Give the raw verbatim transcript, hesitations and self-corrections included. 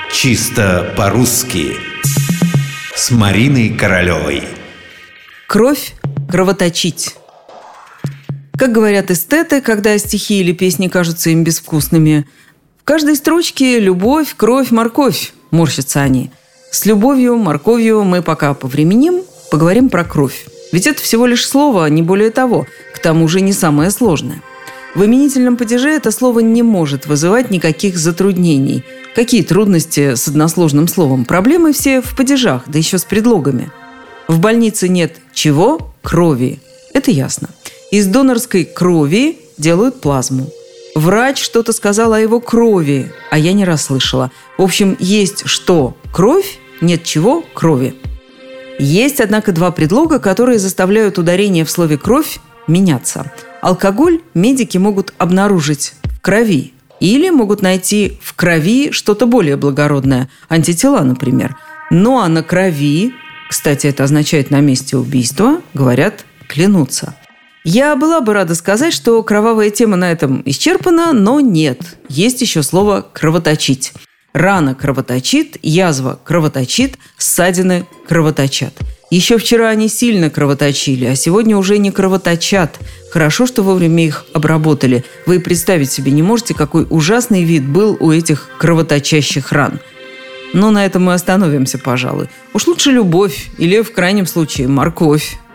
Чисто по-русски с Мариной Королевой. Кровь кровоточить. Как говорят эстеты, когда стихи или песни кажутся им безвкусными, в каждой строчке любовь, кровь, морковь, морщатся они. С любовью, морковью мы пока повременим, поговорим про кровь. Ведь это всего лишь слово, не более того, к тому же не самое сложное. В именительном падеже это слово не может вызывать никаких затруднений. Какие трудности с односложным словом? Проблемы все в падежах, да еще с предлогами. В больнице нет чего? Крови. Это ясно. Из донорской крови делают плазму. Врач что-то сказал о его крови, а я не расслышала. В общем, есть что? Кровь, нет чего? Крови. Есть, однако, два предлога, которые заставляют ударение в слове «кровь» меняться. Алкоголь медики могут обнаружить в крови или могут найти в крови что-то более благородное, антитела, например. Ну а на крови, кстати, это означает на месте убийства, говорят, клянутся. Я была бы рада сказать, что кровавая тема на этом исчерпана, но нет. Есть еще слово «кровоточить». Рана кровоточит, язва кровоточит, ссадины кровоточат. Еще вчера они сильно кровоточили, а сегодня уже не кровоточат. Хорошо, что вовремя их обработали. Вы представить себе не можете, какой ужасный вид был у этих кровоточащих ран. Но на этом мы остановимся, пожалуй. Уж лучше любовь или, в крайнем случае, морковь.